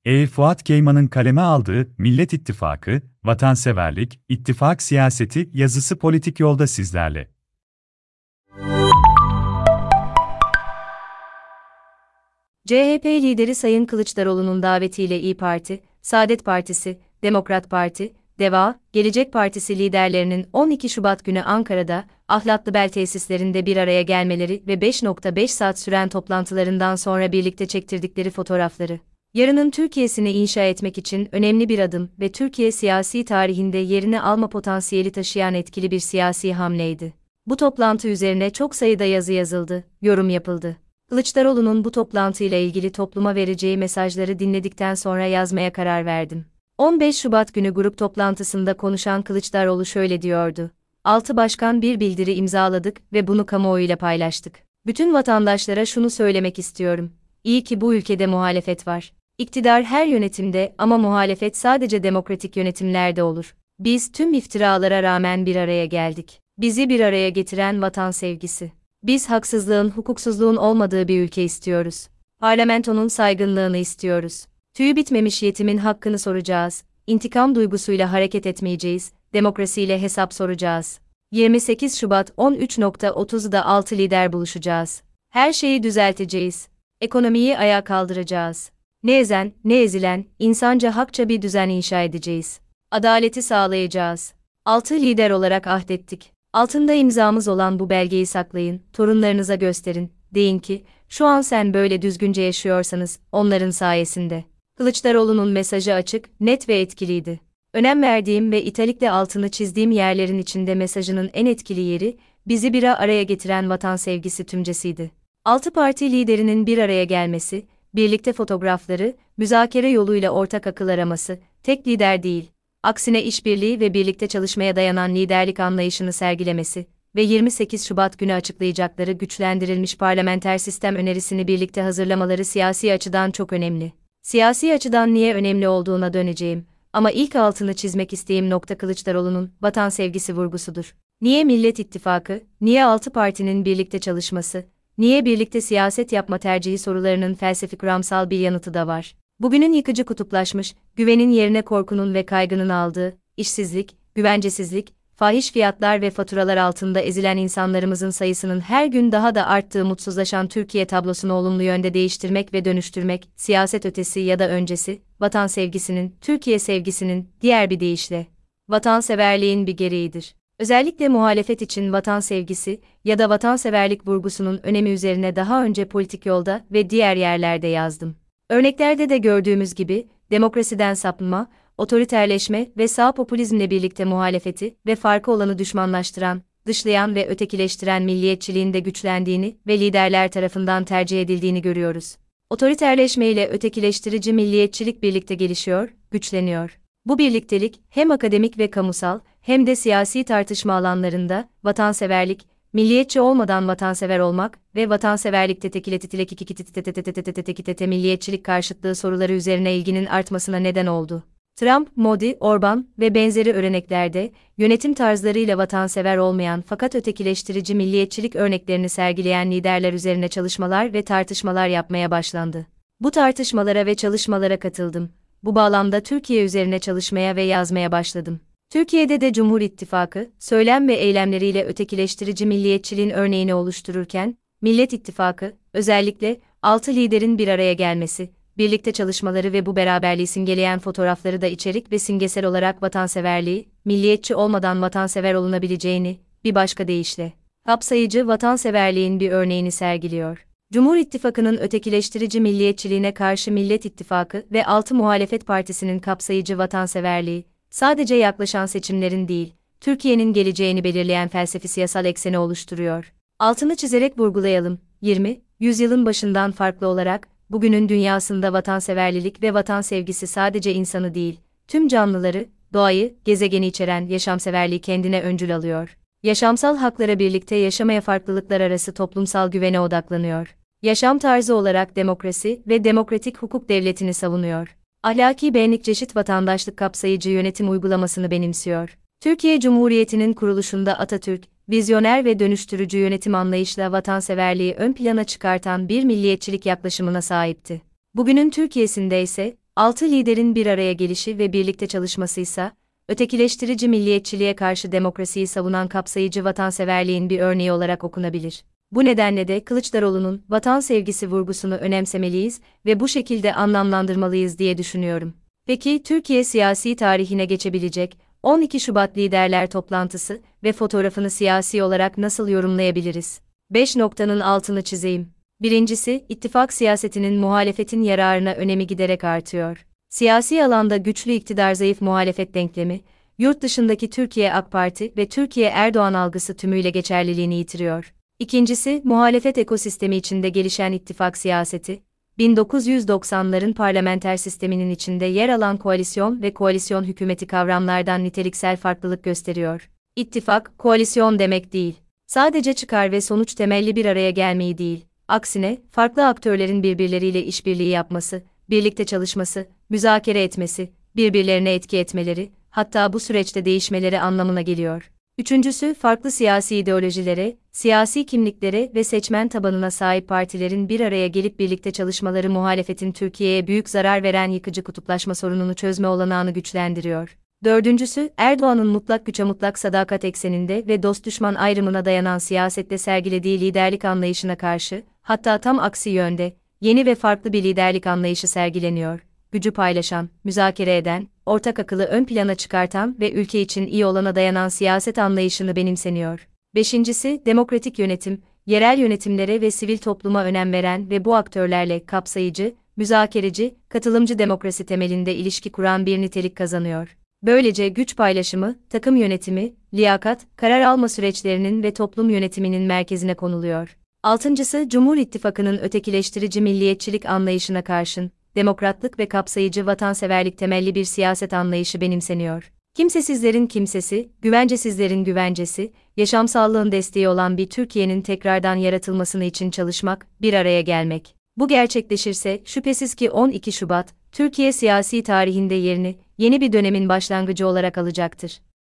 Fuat Keyman'ın kaleme aldığı Millet İttifakı, Vatanseverlik, İttifak Siyaseti yazısı politik yolda sizlerle. CHP lideri Sayın Kılıçdaroğlu'nun davetiyle İYİ Parti, Saadet Partisi, Demokrat Parti, DEVA, Gelecek Partisi liderlerinin 12 Şubat günü Ankara'da, Ahlatlıbel tesislerinde bir araya gelmeleri ve 5,5 saat süren toplantılarından sonra birlikte çektirdikleri fotoğrafları, yarının Türkiye'sini inşa etmek için önemli bir adım ve Türkiye siyasi tarihinde yerini alma potansiyeli taşıyan etkili bir siyasi hamleydi. Bu toplantı üzerine çok sayıda yazı yazıldı, yorum yapıldı. Kılıçdaroğlu'nun bu toplantıyla ilgili topluma vereceği mesajları dinledikten sonra yazmaya karar verdim. 15 Şubat günü grup toplantısında konuşan Kılıçdaroğlu şöyle diyordu: 6 başkan bir bildiri imzaladık ve bunu kamuoyuyla paylaştık. Bütün vatandaşlara şunu söylemek istiyorum. İyi ki bu ülkede muhalefet var. İktidar her yönetimde ama muhalefet sadece demokratik yönetimlerde olur. Biz tüm iftiralara rağmen bir araya geldik. Bizi bir araya getiren vatan sevgisi. Biz haksızlığın, hukuksuzluğun olmadığı bir ülke istiyoruz. Parlamentonun saygınlığını istiyoruz. Tüyü bitmemiş yetimin hakkını soracağız. İntikam duygusuyla hareket etmeyeceğiz. Demokrasiyle hesap soracağız. 28 Şubat 13.30'da 6 lider buluşacağız. Her şeyi düzelteceğiz. Ekonomiyi ayağa kaldıracağız. Ne ezen, ne ezilen, insanca hakça bir düzen inşa edeceğiz. Adaleti sağlayacağız. 6 lider olarak ahdettik. Altında imzamız olan bu belgeyi saklayın, torunlarınıza gösterin, deyin ki, şu an sen böyle düzgünce yaşıyorsanız, onların sayesinde. Kılıçdaroğlu'nun mesajı açık, net ve etkiliydi. Önem verdiğim ve italikle altını çizdiğim yerlerin içinde mesajının en etkili yeri, bizi bir araya getiren vatan sevgisi tümcesiydi. 6 parti liderinin bir araya gelmesi, birlikte fotoğrafları, müzakere yoluyla ortak akıl araması, tek lider değil, aksine işbirliği ve birlikte çalışmaya dayanan liderlik anlayışını sergilemesi ve 28 Şubat günü açıklayacakları güçlendirilmiş parlamenter sistem önerisini birlikte hazırlamaları siyasi açıdan çok önemli. Siyasi açıdan niye önemli olduğuna döneceğim ama ilk altını çizmek istediğim nokta Kılıçdaroğlu'nun vatan sevgisi vurgusudur. Niye Millet İttifakı, niye 6 partinin birlikte çalışması, niye birlikte siyaset yapma tercihi sorularının felsefi kuramsal bir yanıtı da var. Bugünün yıkıcı kutuplaşmış, güvenin yerine korkunun ve kaygının aldığı, işsizlik, güvencesizlik, fahiş fiyatlar ve faturalar altında ezilen insanlarımızın sayısının her gün daha da arttığı mutsuzlaşan Türkiye tablosunu olumlu yönde değiştirmek ve dönüştürmek, siyaset ötesi ya da öncesi, vatan sevgisinin, Türkiye sevgisinin, diğer bir deyişle, vatanseverliğin bir gereğidir. Özellikle muhalefet için vatan sevgisi ya da vatanseverlik vurgusunun önemi üzerine daha önce politik yolda ve diğer yerlerde yazdım. Örneklerde de gördüğümüz gibi, demokrasiden sapma, otoriterleşme ve sağ popülizmle birlikte muhalefeti ve farkı olanı düşmanlaştıran, dışlayan ve ötekileştiren milliyetçiliğin de güçlendiğini ve liderler tarafından tercih edildiğini görüyoruz. Otoriterleşme ile ötekileştirici milliyetçilik birlikte gelişiyor, güçleniyor. Bu birliktelik hem akademik ve kamusal hem de siyasi tartışma alanlarında vatanseverlik, milliyetçi olmadan vatansever olmak ve vatanseverlikte milliyetçilik karşıtlığı soruları üzerine ilginin artmasına neden oldu. Trump, Modi, Orban ve benzeri örneklerde yönetim tarzlarıyla vatansever olmayan fakat ötekileştirici milliyetçilik örneklerini sergileyen liderler üzerine çalışmalar ve tartışmalar yapmaya başlandı. Bu tartışmalara ve çalışmalara katıldım. Bu bağlamda Türkiye üzerine çalışmaya ve yazmaya başladım. Türkiye'de de Cumhur İttifakı, söylem ve eylemleriyle ötekileştirici milliyetçiliğin örneğini oluştururken, Millet İttifakı, özellikle 6 liderin bir araya gelmesi, birlikte çalışmaları ve bu beraberliği simgeleyen fotoğrafları da içerik ve simgesel olarak vatanseverliği, milliyetçi olmadan vatansever olunabileceğini, bir başka deyişle, kapsayıcı vatanseverliğin bir örneğini sergiliyor. Cumhur İttifakı'nın ötekileştirici milliyetçiliğine karşı Millet İttifakı ve 6 muhalefet partisinin kapsayıcı vatanseverliği, sadece yaklaşan seçimlerin değil, Türkiye'nin geleceğini belirleyen felsefi siyasal ekseni oluşturuyor. Altını çizerek vurgulayalım, 20. yüzyılın başından farklı olarak, bugünün dünyasında vatanseverlilik ve vatan sevgisi sadece insanı değil, tüm canlıları, doğayı, gezegeni içeren yaşamseverliği kendine öncül alıyor. Yaşamsal haklara birlikte yaşamaya farklılıklar arası toplumsal güvene odaklanıyor. Yaşam tarzı olarak demokrasi ve demokratik hukuk devletini savunuyor. Ahlaki benlik çeşit vatandaşlık kapsayıcı yönetim uygulamasını benimsiyor. Türkiye Cumhuriyeti'nin kuruluşunda Atatürk, vizyoner ve dönüştürücü yönetim anlayışla vatanseverliği ön plana çıkartan bir milliyetçilik yaklaşımına sahipti. Bugünün Türkiye'sinde ise, 6 liderin bir araya gelişi ve birlikte çalışmasıysa, ötekileştirici milliyetçiliğe karşı demokrasiyi savunan kapsayıcı vatanseverliğin bir örneği olarak okunabilir. Bu nedenle de Kılıçdaroğlu'nun vatan sevgisi vurgusunu önemsemeliyiz ve bu şekilde anlamlandırmalıyız diye düşünüyorum. Peki Türkiye siyasi tarihine geçebilecek 12 Şubat liderler toplantısı ve fotoğrafını siyasi olarak nasıl yorumlayabiliriz? 5 noktanın altını çizeyim. Birincisi, ittifak siyasetinin muhalefetin yararına önemi giderek artıyor. Siyasi alanda güçlü iktidar zayıf muhalefet denklemi, yurt dışındaki Türkiye AK Parti ve Türkiye Erdoğan algısı tümüyle geçerliliğini yitiriyor. İkincisi, muhalefet ekosistemi içinde gelişen ittifak siyaseti, 1990'ların parlamenter sisteminin içinde yer alan koalisyon ve koalisyon hükümeti kavramlardan niteliksel farklılık gösteriyor. İttifak, koalisyon demek değil. Sadece çıkar ve sonuç temelli bir araya gelmeyi değil. Aksine, farklı aktörlerin birbirleriyle işbirliği yapması, birlikte çalışması, müzakere etmesi, birbirlerine etki etmeleri, hatta bu süreçte değişmeleri anlamına geliyor. Üçüncüsü, farklı siyasi ideolojilere, siyasi kimliklere ve seçmen tabanına sahip partilerin bir araya gelip birlikte çalışmaları muhalefetin Türkiye'ye büyük zarar veren yıkıcı kutuplaşma sorununu çözme olanağını güçlendiriyor. Dördüncüsü, Erdoğan'ın mutlak güce mutlak sadakat ekseninde ve dost-düşman ayrımına dayanan siyasette sergilediği liderlik anlayışına karşı, hatta tam aksi yönde, yeni ve farklı bir liderlik anlayışı sergileniyor. Gücü paylaşan, müzakere eden, ortak akılı ön plana çıkartan ve ülke için iyi olana dayanan siyaset anlayışını benimseniyor. Beşincisi, demokratik yönetim, yerel yönetimlere ve sivil topluma önem veren ve bu aktörlerle kapsayıcı, müzakereci, katılımcı demokrasi temelinde ilişki kuran bir nitelik kazanıyor. Böylece güç paylaşımı, takım yönetimi, liyakat, karar alma süreçlerinin ve toplum yönetiminin merkezine konuluyor. Altıncısı, Cumhur İttifakı'nın ötekileştirici milliyetçilik anlayışına karşın, demokratlık ve kapsayıcı vatanseverlik temelli bir siyaset anlayışı benimseniyor. Kimsesizlerin kimsesi, güvencesizlerin güvencesi, yaşamsallığın desteği olan bir Türkiye'nin tekrardan yaratılmasını için çalışmak, bir araya gelmek. Bu gerçekleşirse, şüphesiz ki 12 Şubat, Türkiye siyasi tarihinde yerini, yeni bir dönemin başlangıcı olarak alacaktır.